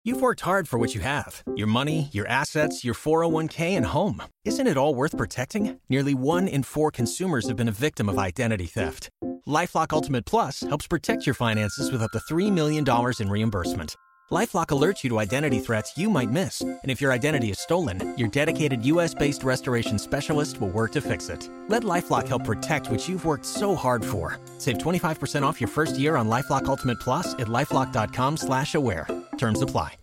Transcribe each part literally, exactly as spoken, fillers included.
You've worked hard for what you have. Your money, your assets, your four oh one k, and home. Isn't it all worth protecting? Nearly one in four consumers have been a victim of identity theft. LifeLock Ultimate Plus helps protect your finances with up to three million dollars in reimbursement. LifeLock alerts you to identity threats you might miss. And if your identity is stolen, your dedicated U S-based restoration specialist will work to fix it. Let LifeLock help protect what you've worked so hard for. Save twenty-five percent off your first year on LifeLock Ultimate Plus at LifeLock.com slash aware. Terms apply.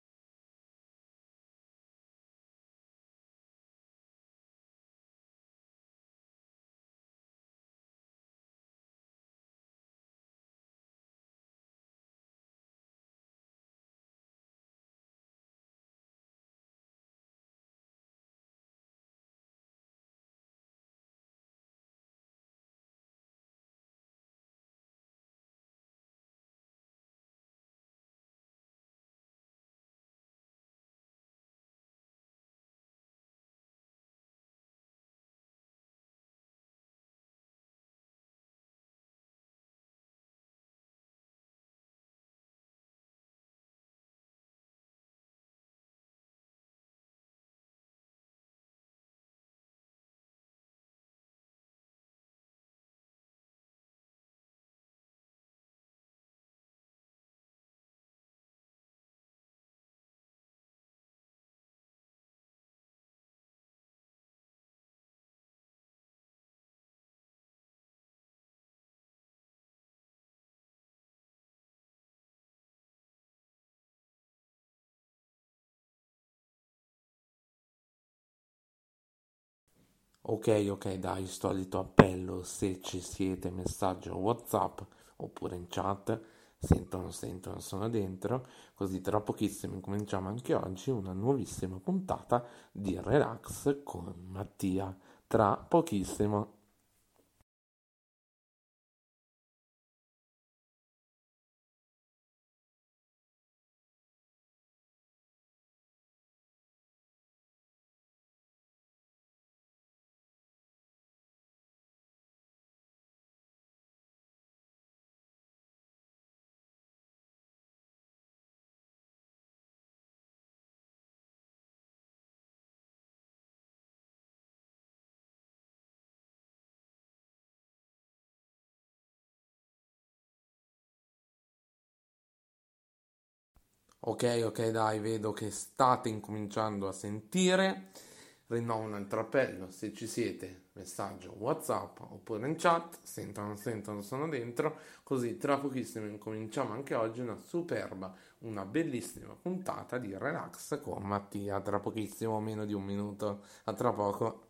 Ok, ok, dai, solito appello, se ci siete, messaggio WhatsApp oppure in chat, sentono, sentono, sono dentro, così tra pochissimo incominciamo anche oggi una nuovissima puntata di Relax con Mattia, tra pochissimo. Ok, ok, dai, vedo che state incominciando a sentire. Rinnovo un altro appello, se ci siete, messaggio WhatsApp oppure in chat, sentono, sentono, sono dentro, così tra pochissimo incominciamo anche oggi una superba, una bellissima puntata di Relax con Mattia, tra pochissimo, meno di un minuto, a tra poco.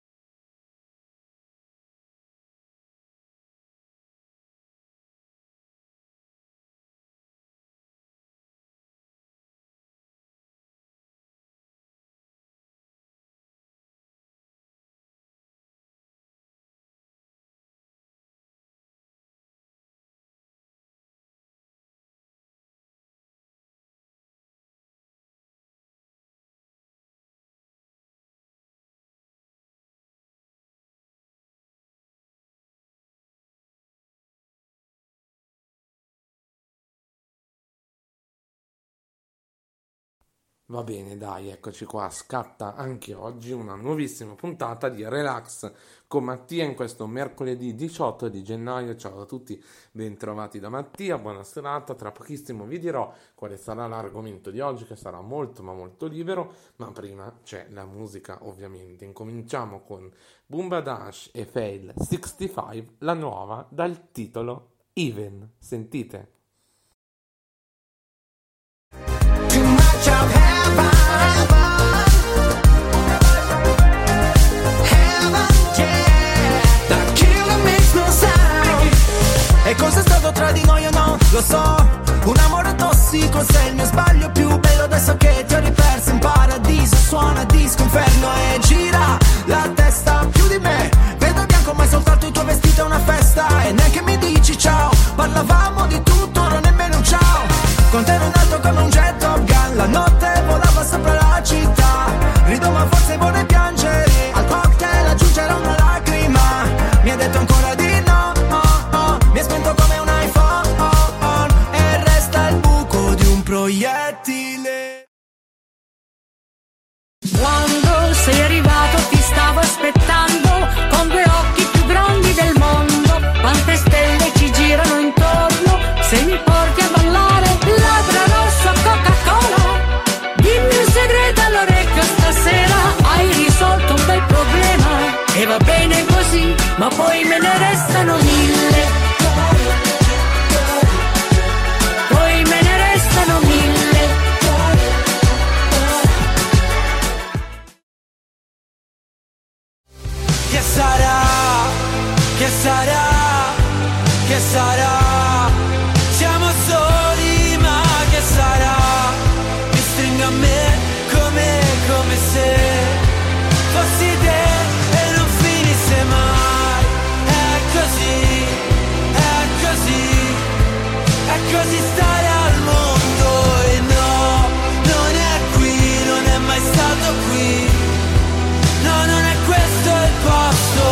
Va bene, dai, eccoci qua, scatta anche oggi una nuovissima puntata di Relax con Mattia in questo mercoledì diciotto di gennaio. Ciao a tutti, bentrovati da Mattia, buona serata. Tra pochissimo vi dirò quale sarà l'argomento di oggi, che sarà molto ma molto libero, ma prima c'è la musica ovviamente. Incominciamo con Boomba Dash e Fail sessantacinque, la nuova dal titolo Even. Sentite. Too much of heaven, heaven, yeah. The killer makes no sound. E cos'è stato tra di noi o no? Lo so, un amore tossico, sei il mio sbaglio più bello. Adesso che ti ho riperso in paradiso, suona disco inferno e gira la testa più di me. Vedo bianco ma è soltanto il tuo vestito è una festa. E neanche mi dici ciao, parlavamo di tutto, non nemmeno un ciao. Con te ero in alto come un jet Top Gun, la notte volava sopra la città. Rido ma forse vorrei piangere, al cocktail aggiungerò una lacrima. Mi ha detto ancora di no, oh, oh. Mi ha spento come un iPhone, oh, oh. E resta il buco di un proiettile. mille. Quando sei arrivato ti stavo aspettando con due occhi più grandi del mondo. Quante stelle ci girano intorno se mi porti a ballare. Labbra rossa Coca-Cola, dimmi un segreto all'orecchio stasera. Hai risolto un bel problema e va bene così, ma poi me ne restano mille. Poi me ne restano mille. Che sarà, che sarà, che sarà? Siamo soli ma che sarà? Mi stringo a me come, come se fossi te e non finisse mai. È così, è così, è così stare al mondo. E no, non è qui, non è mai stato qui. No, non è questo il posto.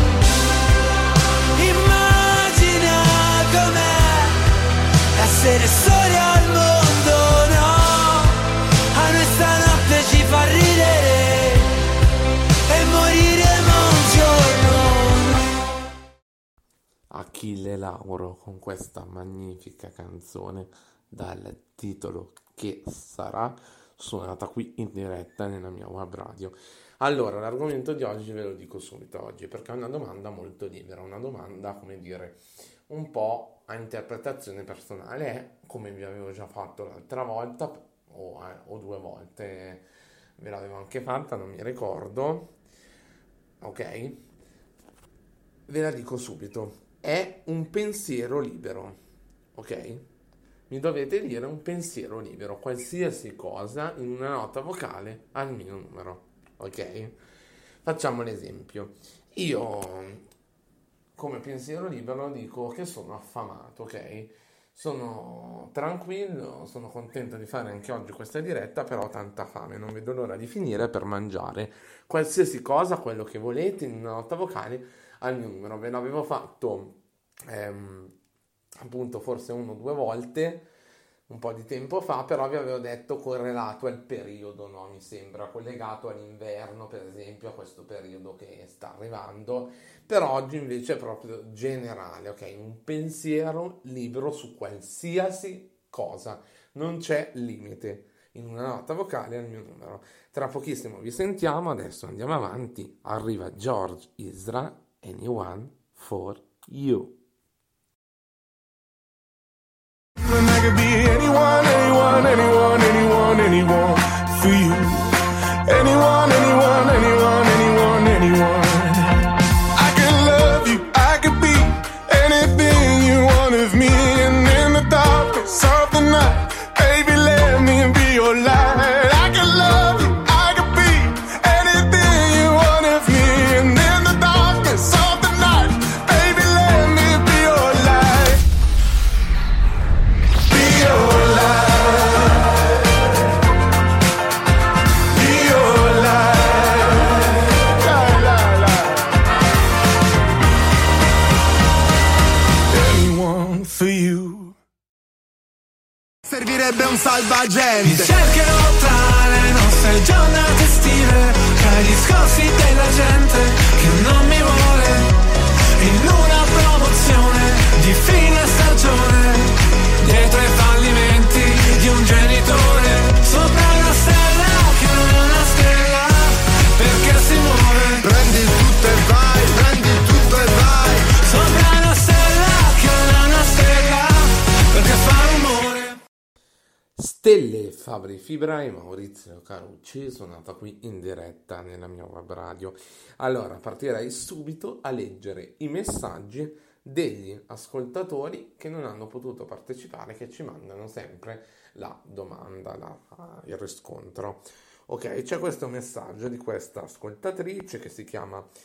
Immagina com'è essere soli al mondo, no? A noi stanotte ci fa ridere e moriremo un giorno. Achille Lauro con questa magnifica canzone dal titolo Che sarà, suonata qui in diretta nella mia web radio. Allora, l'argomento di oggi ve lo dico subito oggi, perché è una domanda molto libera, una domanda, come dire, un po' a interpretazione personale, è, come vi avevo già fatto l'altra volta, o, eh, o due volte, ve l'avevo anche fatta, non mi ricordo, ok? Ve la dico subito, è un pensiero libero, ok? Mi dovete dire un pensiero libero, qualsiasi cosa in una nota vocale al mio numero. Ok? Facciamo l'esempio. Io come pensiero libero dico che sono affamato, ok? Sono tranquillo, sono contento di fare anche oggi questa diretta, però ho tanta fame, non vedo l'ora di finire per mangiare qualsiasi cosa, quello che volete, in una nota vocale al mio numero. Ve l'avevo fatto ehm, appunto forse uno o due volte un po' di tempo fa, però vi avevo detto correlato al periodo, no? Mi sembra collegato all'inverno, per esempio, a questo periodo che sta arrivando. Per oggi invece è proprio generale, ok? Un pensiero libero su qualsiasi cosa, non c'è limite, in una nota vocale al mio numero. Tra pochissimo vi sentiamo, adesso andiamo avanti, arriva George Ezra, Anyone for You. And I could be anyone, anyone, anyone, anyone, anyone for you. Anyone, anyone, anyone, anyone, anyone. I could love you, I could be anything you want of me. And in the darkness of the night, baby, let me be your light. I could love you, I could be anything you want of me. And in the darkness of the night, baby, let me be your light. Be your light. Be your light. La, la, la. Anyone for you. Servirebbe un salvagente. Mi cercherò tra le nostre giornate estive, tra i discorsi della gente che non mi vuole, in una promozione di fine stagione, dietro ai fallimenti di un genitore, sopra una stella che non è una stella, perché si muove. Prendi tutto e vai, prendi tutto e vai. Sopra una stella che non è una stella, perché fa rumore. Stelle Fabri Fibra e Maurizio Carucci, suonata qui in diretta nella mia web radio. Allora, partirei subito a leggere i messaggi degli ascoltatori che non hanno potuto partecipare, che ci mandano sempre la domanda, la, il riscontro. Ok, c'è questo messaggio di questa ascoltatrice che si chiama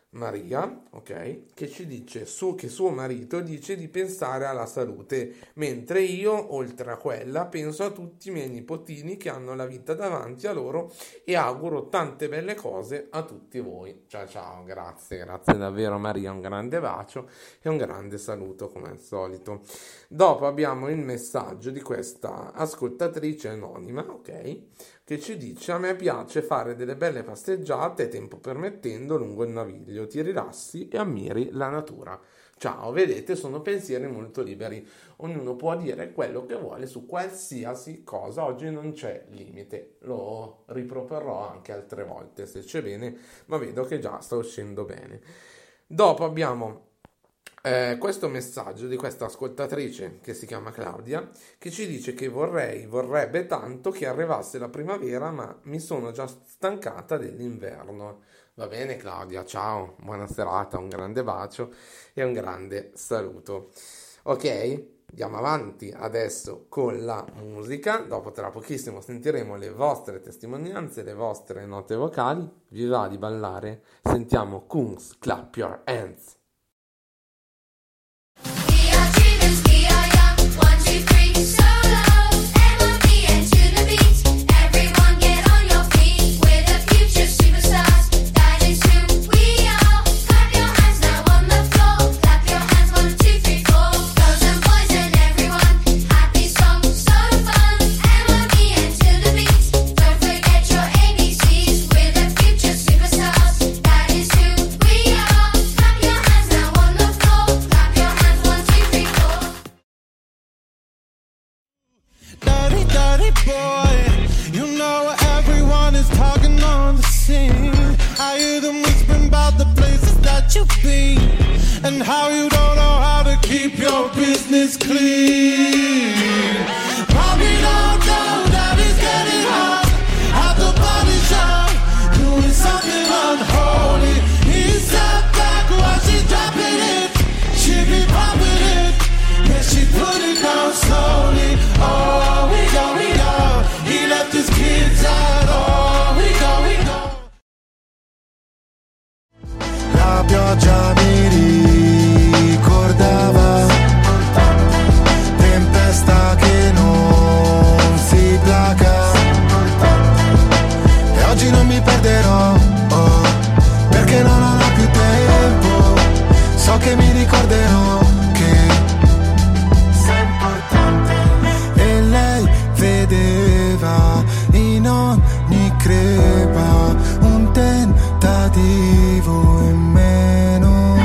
Maria, ok, che ci dice su, che suo marito dice di pensare alla salute, mentre io, oltre a quella, penso a tutti i miei nipotini che hanno la vita davanti a loro e auguro tante belle cose a tutti voi. Ciao ciao, grazie, grazie davvero Maria, un grande bacio e un grande saluto come al solito. Dopo abbiamo il messaggio di questa ascoltatrice anonima, ok, che ci dice: a me piace fare delle belle passeggiate, tempo permettendo, lungo il Naviglio, ti rilassi e ammiri la natura. Ciao, vedete, sono pensieri molto liberi, ognuno può dire quello che vuole su qualsiasi cosa, oggi non c'è limite, lo riproporrò anche altre volte se c'è bene, ma vedo che già sta uscendo bene. Dopo abbiamo Eh, questo messaggio di questa ascoltatrice che si chiama Claudia, che ci dice che vorrei, vorrebbe tanto che arrivasse la primavera, ma mi sono già stancata dell'inverno. Va bene Claudia, ciao, buona serata, un grande bacio e un grande saluto. Ok, andiamo avanti adesso con la musica, dopo tra pochissimo sentiremo le vostre testimonianze, le vostre note vocali. Vi va di ballare? Sentiamo Kungs, Clap Your Hands. And how you don't know how to keep your business clean. Probably don't know that it's getting hot at the body shop, doing something unholy. He sat back while she dropping it, she be popping it, yeah, she put it down slowly. Oh, we go, we go, he left his kids out. Oh, we go, we go. La pioggia mi ricordava, tempesta che non si placa, e oggi non mi perderò, oh, perché non ho più tempo, so che mi ricorderò che sei importante. E lei vedeva in ogni crepa un tentativo in meno,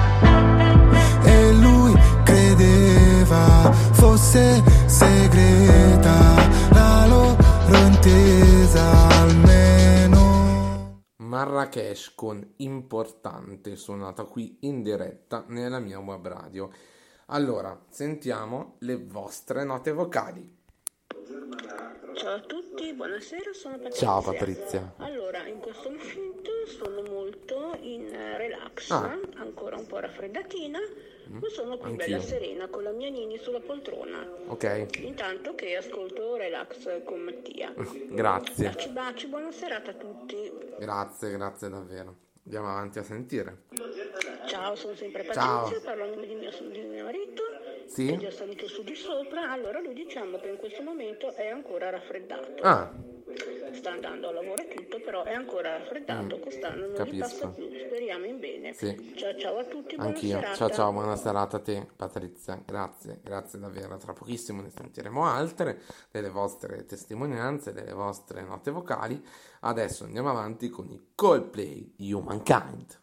e lui credeva fosse segreta la loro intesa almeno. Marrakesh con Importante, suonata qui in diretta nella mia web radio. Allora, sentiamo le vostre note vocali. Ciao a tutti, buonasera, sono Patrizia. Ciao Patrizia. Allora, in questo momento sono molto in relax, Ah. ancora un po' raffreddatina, Mm, ma sono qui anch'io. bella serena con la mia Nini sulla poltrona. Ok, Intanto che ascolto Relax con Mattia. grazie. Baci baci, buona serata a tutti. Grazie, grazie davvero. Andiamo avanti a sentire. Ciao, sono sempre Ciao. Patrizia, parlo a nome di mio, di mio marito, Sì? che è già salito su di sopra. Allora lui, diciamo che in questo momento è ancora raffreddato. Ah, Sta andando a lavoro e tutto, però è ancora raffreddato, Mm, quest'anno non capisco. gli passa più, speriamo in bene. Sì. Ciao ciao a tutti, buona anch'io. serata. Ciao ciao, buona serata a te Patrizia. Grazie, grazie davvero. Tra pochissimo ne sentiremo altre, delle vostre testimonianze, delle vostre note vocali. Adesso andiamo avanti con i Coldplay, Humankind.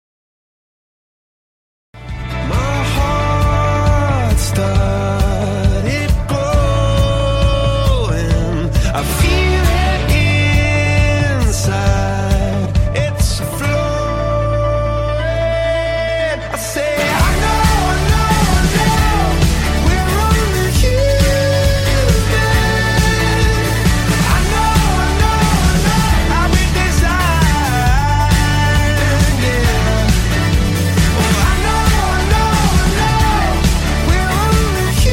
My heart started glowing. I feel it inside. It's flowing. I say, I know, I know, I know. We're only human. I know, I know, I know. How we designed, yeah. Oh, I know, I know, I know. We're only human.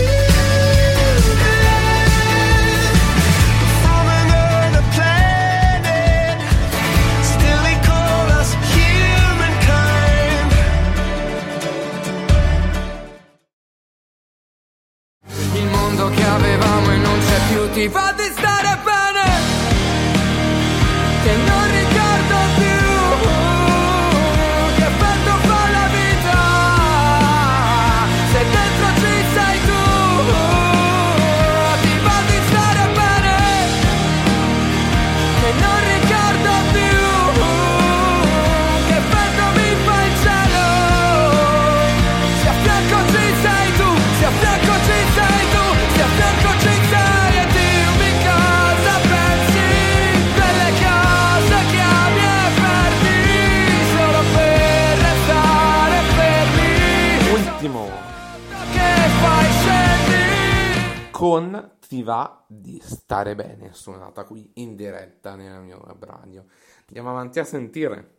con Ti va di stare bene, suonata qui in diretta nella mia web radio. Andiamo avanti a sentire.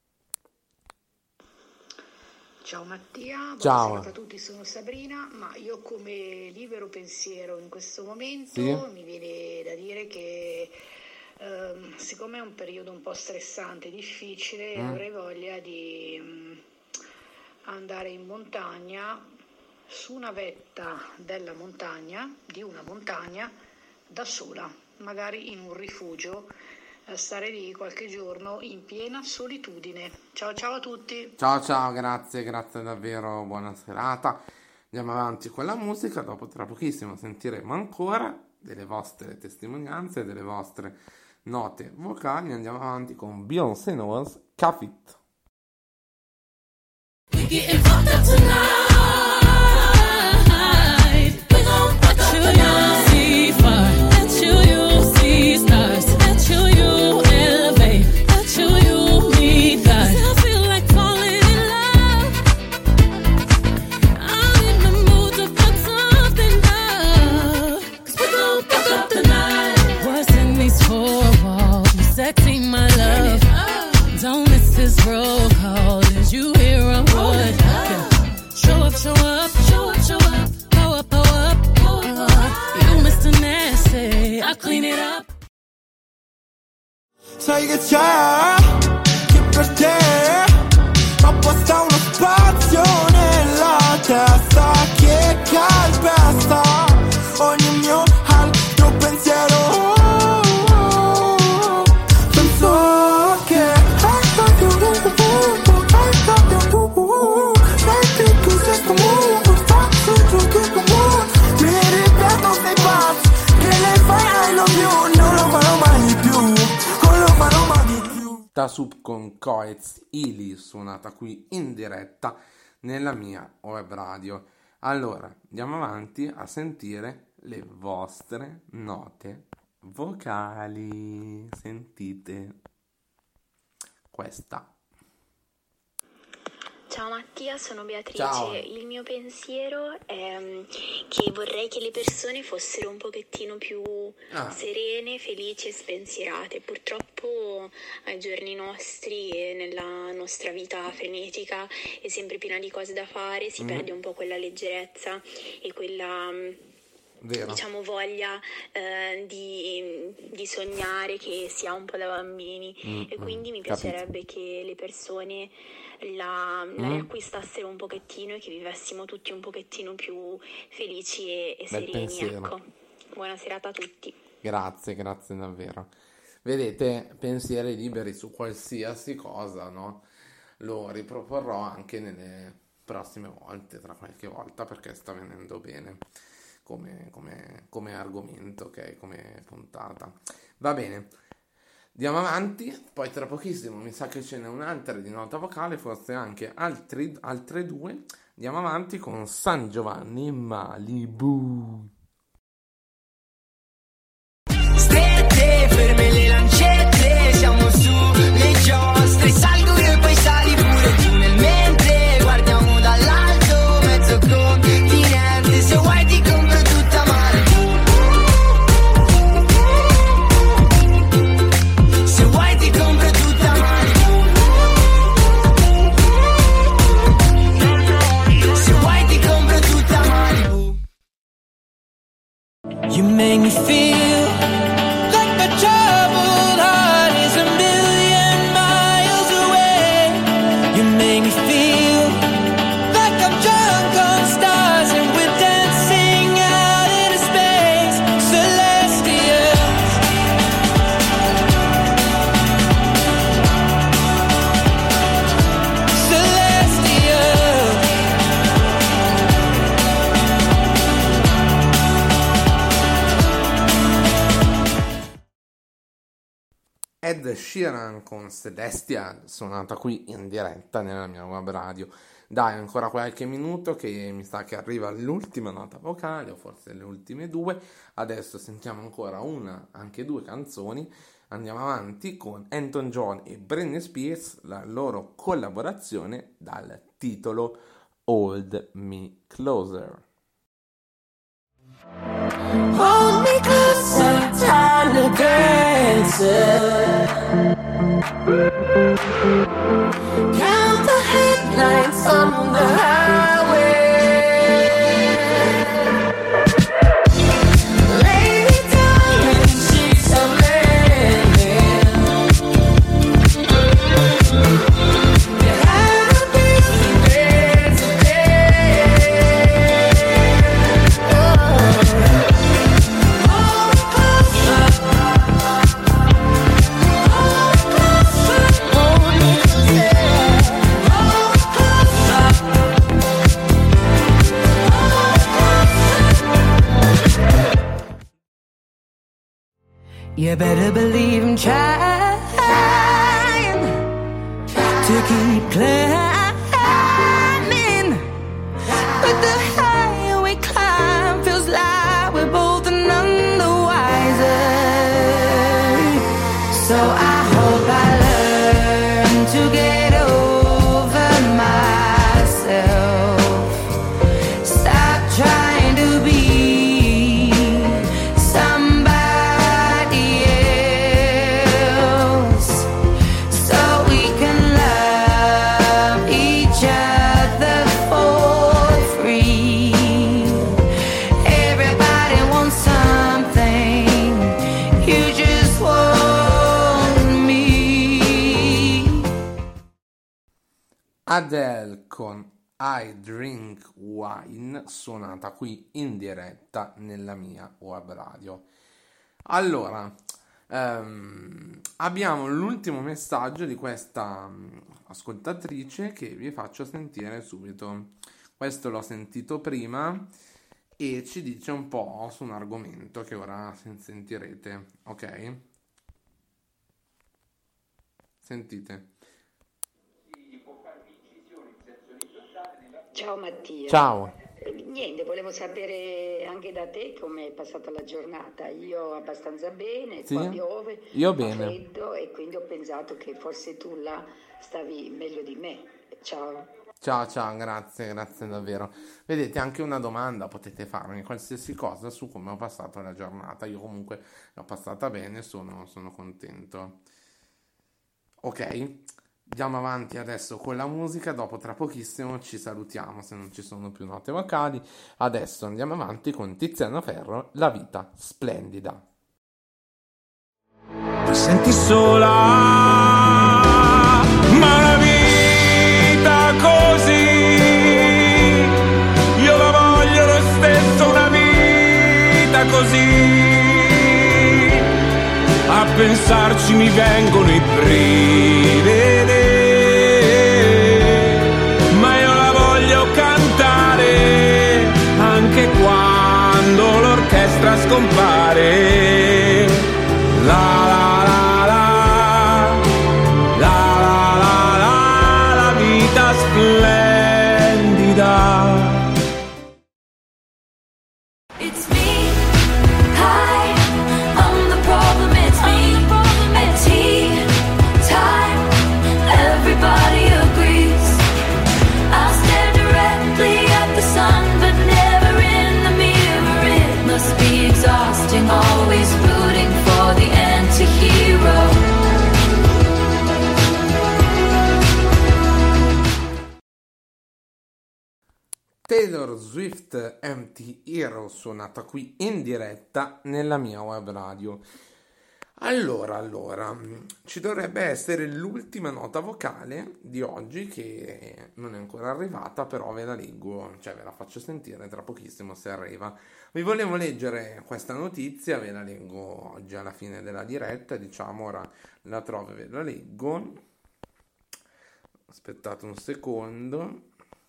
Ciao Mattia, Ciao. buonasera a tutti, sono Sabrina, ma io come libero pensiero in questo momento Sì? mi viene da dire che ehm, siccome è un periodo un po' stressante e difficile, Mm. avrei voglia di mm, andare in montagna, su una vetta della montagna, di una montagna, da sola, magari in un rifugio, a stare lì qualche giorno in piena solitudine. Ciao ciao a tutti! Ciao ciao, grazie, grazie davvero, buona serata. Andiamo avanti con la musica, dopo tra pochissimo sentiremo ancora delle vostre testimonianze, delle vostre note vocali. Andiamo avanti con Beyoncé Knowles, Cuff It. We getting fucked up tonight. We gon' fuck up tonight. See fire, let you, you see stars, let you, you elevate, let you, you meet God. I feel like falling in love. I'm in the mood to fuck something up. 'Cause we gon' fuck up tonight. What's in these four walls? You sexy, my love. Don't miss this roll call. Is you here on wood? Yeah. Show up, show up, show up, show up. Go up, go up, go up. Uh, you Mister Nasty, I clean it up. Sai che c'è, che per te apposta uno spazio nella testa che calpesta ogni mio altro pensiero. Penso che hai fatto un buco, hai fatto un buco, sai che cos'è sto mondo, faccio giochi comuni, mi ripeto sei pazzo, che le fai I love you, non lo farò mai più, non lo farò mai di più. Tasup con Coez Ili, suonata qui in diretta nella mia web radio. Allora, andiamo avanti a sentire le vostre note vocali. Sentite questa. Ciao Mattia, sono Beatrice. Ciao. Il mio pensiero è mm, che vorrei che le persone fossero un pochettino più Ah. serene, felici e spensierate. Purtroppo ai giorni nostri e nella nostra vita frenetica e sempre piena di cose da fare si Mm. perde un po' quella leggerezza e quella mm, Vero? diciamo voglia eh, di, di sognare che si ha un po' da bambini Mm, e mm, quindi mi capito. piacerebbe che le persone la, la Mm. riacquistassero un pochettino e che vivessimo tutti un pochettino più felici e, e Bel sereni, pensiero. ecco. Buona serata a tutti. Grazie, grazie davvero. Vedete, pensieri liberi su qualsiasi cosa, no? Lo riproporrò anche nelle prossime volte, tra qualche volta, perché sta venendo bene come, come, come argomento, ok? Come puntata. Va bene, andiamo avanti, poi tra pochissimo mi sa che ce n'è un'altra di nota vocale, forse anche altri, altre due. Andiamo avanti con San Giovanni Malibu. Strette, ferme le lancette, siamo su le giostre, salgo io e poi sali pure tu nel mentre guardiamo dall'alto, mezzo continente, se vuoi ti compro tutta male. Se vuoi ti compro tutta male. Se vuoi ti compro tutta male. You make me feel like my troubled heart is a million miles away. You make me feel like I'm drunk on stars and we're dancing out into space, celestial. Celestial. Ed Sheeran con Celestial, suonata qui in diretta nella mia web radio. Dai, ancora qualche minuto che mi sa che arriva l'ultima nota vocale, o forse le ultime due. Adesso sentiamo ancora una, anche due canzoni. Andiamo avanti con Elton John e Britney Spears, la loro collaborazione dal titolo Hold Me Closer. Hold me closer, time to dance. Count the headlights on the highway. Lay me down in sheets of linen. You had a busy day today. Oh. You better believe I'm trying to keep climbing, but the higher we climb feels like we're both none the wiser. So I hope I learn to get over myself. Stop trying to be somebody else, so we can love each other for free. Everybody wants something, you just want me. Adele con I Drink Wine, suonata qui in diretta nella mia web radio. Allora, ehm, abbiamo l'ultimo messaggio di questa mm, ascoltatrice che vi faccio sentire subito. Questo l'ho sentito prima e ci dice un po' su un argomento che ora sen- sentirete, ok? Sentite. Ciao Mattia. Ciao. Niente, volevo sapere anche da te come è passata la giornata. Io abbastanza bene, Sì? qua piove, Io fa bene. freddo e quindi ho pensato che forse tu là stavi meglio di me. Ciao. Ciao, ciao, grazie, grazie davvero. Vedete, anche una domanda potete farmi, qualsiasi cosa su come ho passato la giornata. Io comunque l'ho passata bene, sono, sono contento. Ok, andiamo avanti adesso con la musica, dopo tra pochissimo ci salutiamo se non ci sono più note vocali. Adesso andiamo avanti con Tiziano Ferro, La vita splendida. Ti senti sola, ma la vita così, io la voglio lo stesso, una vita così. A pensarci mi vengono i brividi, ma io la voglio cantare anche quando l'orchestra scompare. La la la la, la la la la, la vita splendida. It's me, hi, I'm the problem, it's me. At tea time, everybody agrees. I stare directly at the sun, but never in the mirror. It must be exhausting, always rooting for the anti-hero. Taylor Swift Anti-Hero, suonata qui in diretta nella mia web radio. Allora, allora, ci dovrebbe essere l'ultima nota vocale di oggi che non è ancora arrivata, però ve la leggo, cioè ve la faccio sentire tra pochissimo se arriva. Vi volevo leggere questa notizia, ve la leggo oggi alla fine della diretta, diciamo, ora la trovo e ve la leggo. Aspettate un secondo.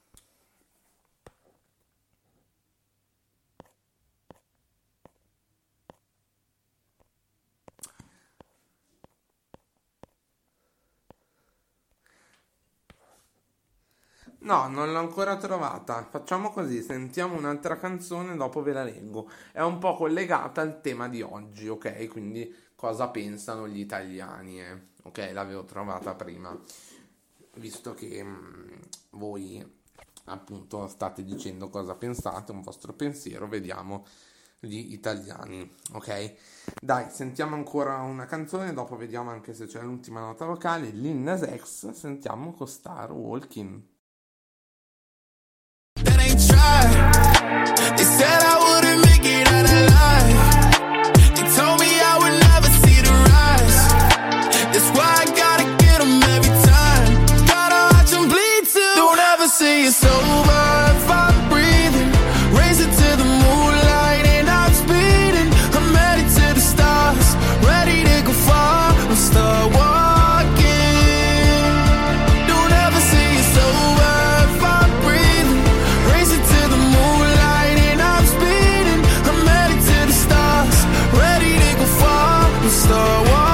No, non l'ho ancora trovata. Facciamo così, sentiamo un'altra canzone, dopo ve la leggo. È un po' collegata al tema di oggi, ok? Quindi cosa pensano gli italiani, eh? Ok, l'avevo trovata prima. Visto che mh, voi appunto state dicendo cosa pensate, un vostro pensiero, vediamo gli italiani, ok? Dai, sentiamo ancora una canzone, dopo vediamo anche se c'è l'ultima nota vocale. Lil Nas X, sentiamo con Star Walking. That ain't tried. They said I wouldn't make it out alive. They told me I would never see the rise. That's why I gotta get them every time. Gotta watch them bleed too. Don't ever say it's over if I'm breathing. Raise it to the moonlight and I'm speeding. I'm headed to the stars, ready to go far. I'll start walking. Don't ever say it's over if I'm breathing. Raise it to the moonlight and I'm speeding. I'm headed to the stars, ready to go far. I'll start walking.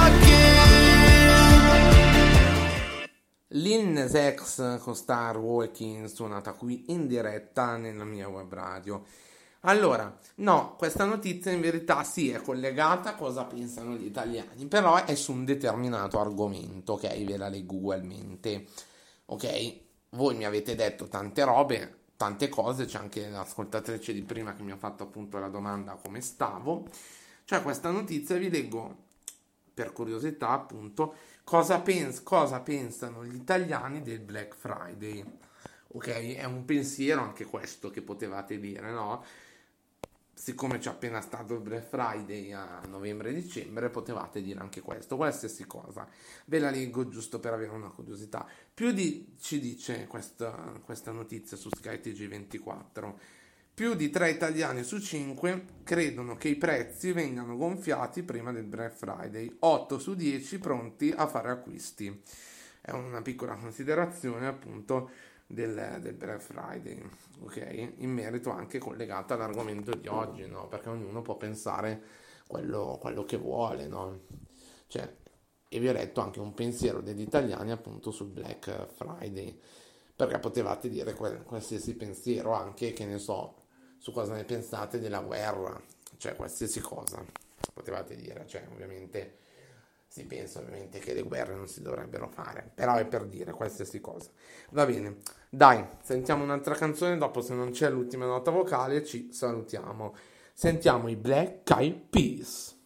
Lil Nas X con Star Walking, suonata qui in diretta nella mia web radio. Allora, no, questa notizia in verità sì è collegata a cosa pensano gli italiani, però è su un determinato argomento, ok? Ve la leggo ugualmente, ok? Voi mi avete detto tante robe, tante cose, c'è anche l'ascoltatrice di prima che mi ha fatto appunto la domanda come stavo. Cioè questa notizia vi leggo per curiosità appunto cosa, pens- cosa pensano gli italiani del Black Friday, ok? È un pensiero anche questo che potevate dire, no? Siccome c'è appena stato il Black Friday a novembre-dicembre, potevate dire anche questo, qualsiasi cosa. Ve la leggo giusto per avere una curiosità. Più di, ci dice questa, questa notizia su Sky T G ventiquattro, più di tre italiani su cinque credono che i prezzi vengano gonfiati prima del Black Friday, otto su dieci pronti a fare acquisti. È una piccola considerazione appunto del, del Black Friday, ok? In merito anche collegato all'argomento di oggi, no? Perché ognuno può pensare quello, quello che vuole, no? Cioè, e vi ho letto anche un pensiero degli italiani appunto sul Black Friday, perché potevate dire quel, qualsiasi pensiero, anche, che ne so, su cosa ne pensate della guerra, cioè qualsiasi cosa potevate dire, cioè ovviamente si pensa ovviamente che le guerre non si dovrebbero fare, però è per dire qualsiasi cosa. Va bene, dai, sentiamo un'altra canzone, dopo se non c'è l'ultima nota vocale ci salutiamo. Sentiamo i Black Eyed Peas.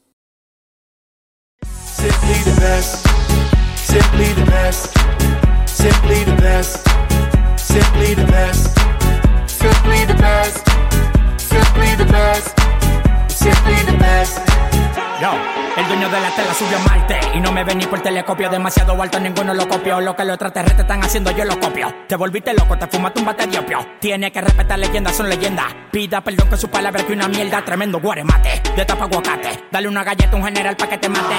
Simply the best, simply the best, simply the best, simply the best, simply the best, simply the best, simply the best. Yo, el dueño de la tela subió a Marte y no me vení por telescopio, demasiado alto, ninguno lo copió. Lo que los extraterrestres están haciendo yo lo copio. Te volviste loco, te fumaste un bate de opio. Tiene que respetar leyendas, son leyendas. Pida perdón que su palabra que una mierda, tremendo guaremate, de tapa aguacate. Dale una galleta a un general pa' que te mate.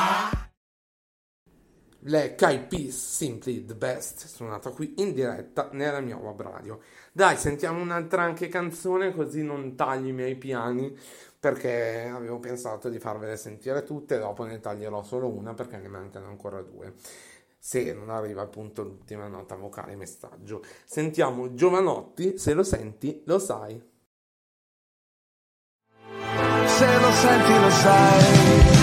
Black Eyed Peas, Simply the Best, suonata qui in diretta nella mia web radio. Dai, sentiamo un'altra anche canzone, così non tagli i miei piani, perché avevo pensato di farvele sentire tutte, dopo ne taglierò solo una perché ne mancano ancora due, se non arriva appunto l'ultima nota vocale messaggio. Sentiamo Giovanotti, Se lo senti lo sai. Se lo senti lo sai.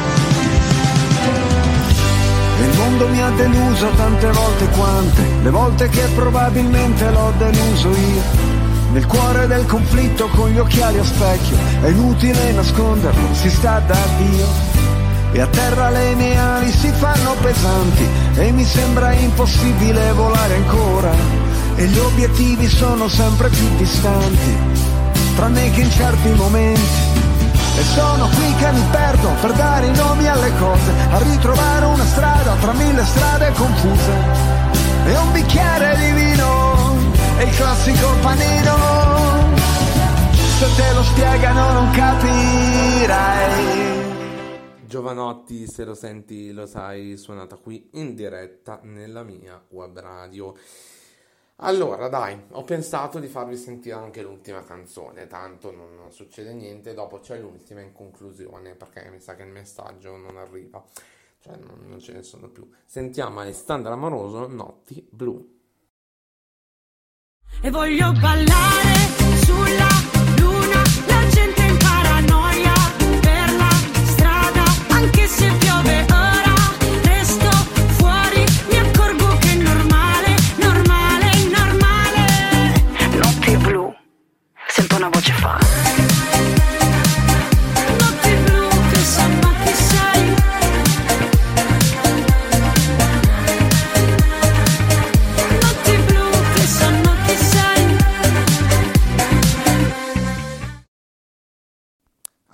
Il mondo mi ha deluso tante volte quante, le volte che probabilmente l'ho deluso io. Nel cuore del conflitto con gli occhiali a specchio, è inutile nasconderlo, si sta da Dio. E a terra le mie ali si fanno pesanti e mi sembra impossibile volare ancora. E gli obiettivi sono sempre più distanti, tranne che in certi momenti. E sono qui che mi perdo per dare i nomi alle cose, a ritrovare una strada tra mille strade confuse. E un bicchiere di vino, e il classico panino. Se te lo spiegano non capirai. Giovanotti, Se lo senti lo sai, suonata qui in diretta nella mia web radio. Allora dai, ho pensato di farvi sentire anche l'ultima canzone, tanto non, non succede niente, dopo c'è l'ultima in conclusione, perché mi sa che il messaggio non arriva, cioè non, non ce ne sono più. Sentiamo Alessandra Amoroso, Notti Blu. E voglio ballare sulla luna, la gente in paranoia per la strada, anche se piove ora, resto fuori, mi accorgo che è normale, normale, normale. Notti blu, sento una voce fa.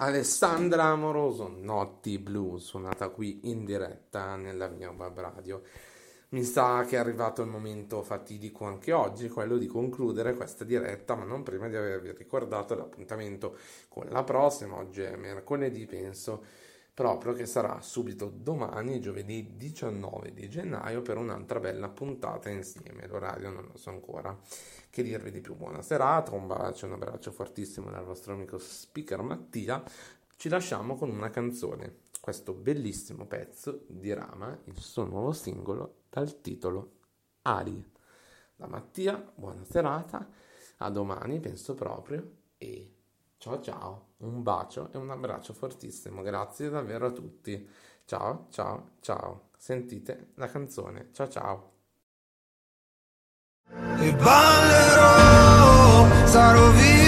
Alessandra Amoroso, Notti Blu, suonata qui in diretta nella mia web radio. Mi sa che è arrivato il momento fatidico anche oggi, quello di concludere questa diretta, ma non prima di avervi ricordato l'appuntamento con la prossima. Oggi è mercoledì, penso proprio che sarà subito domani, giovedì diciannove di gennaio, per un'altra bella puntata insieme. L'orario non lo so ancora. Che dirvi di più? Buona serata, un bacio, un abbraccio fortissimo dal vostro amico speaker Mattia. Ci lasciamo con una canzone, questo bellissimo pezzo di Rama, il suo nuovo singolo dal titolo Ari. Da Mattia, buona serata, a domani penso proprio, e ciao ciao, un bacio e un abbraccio fortissimo, grazie davvero a tutti, ciao ciao ciao, sentite la canzone, ciao ciao. E ballerò, sarò via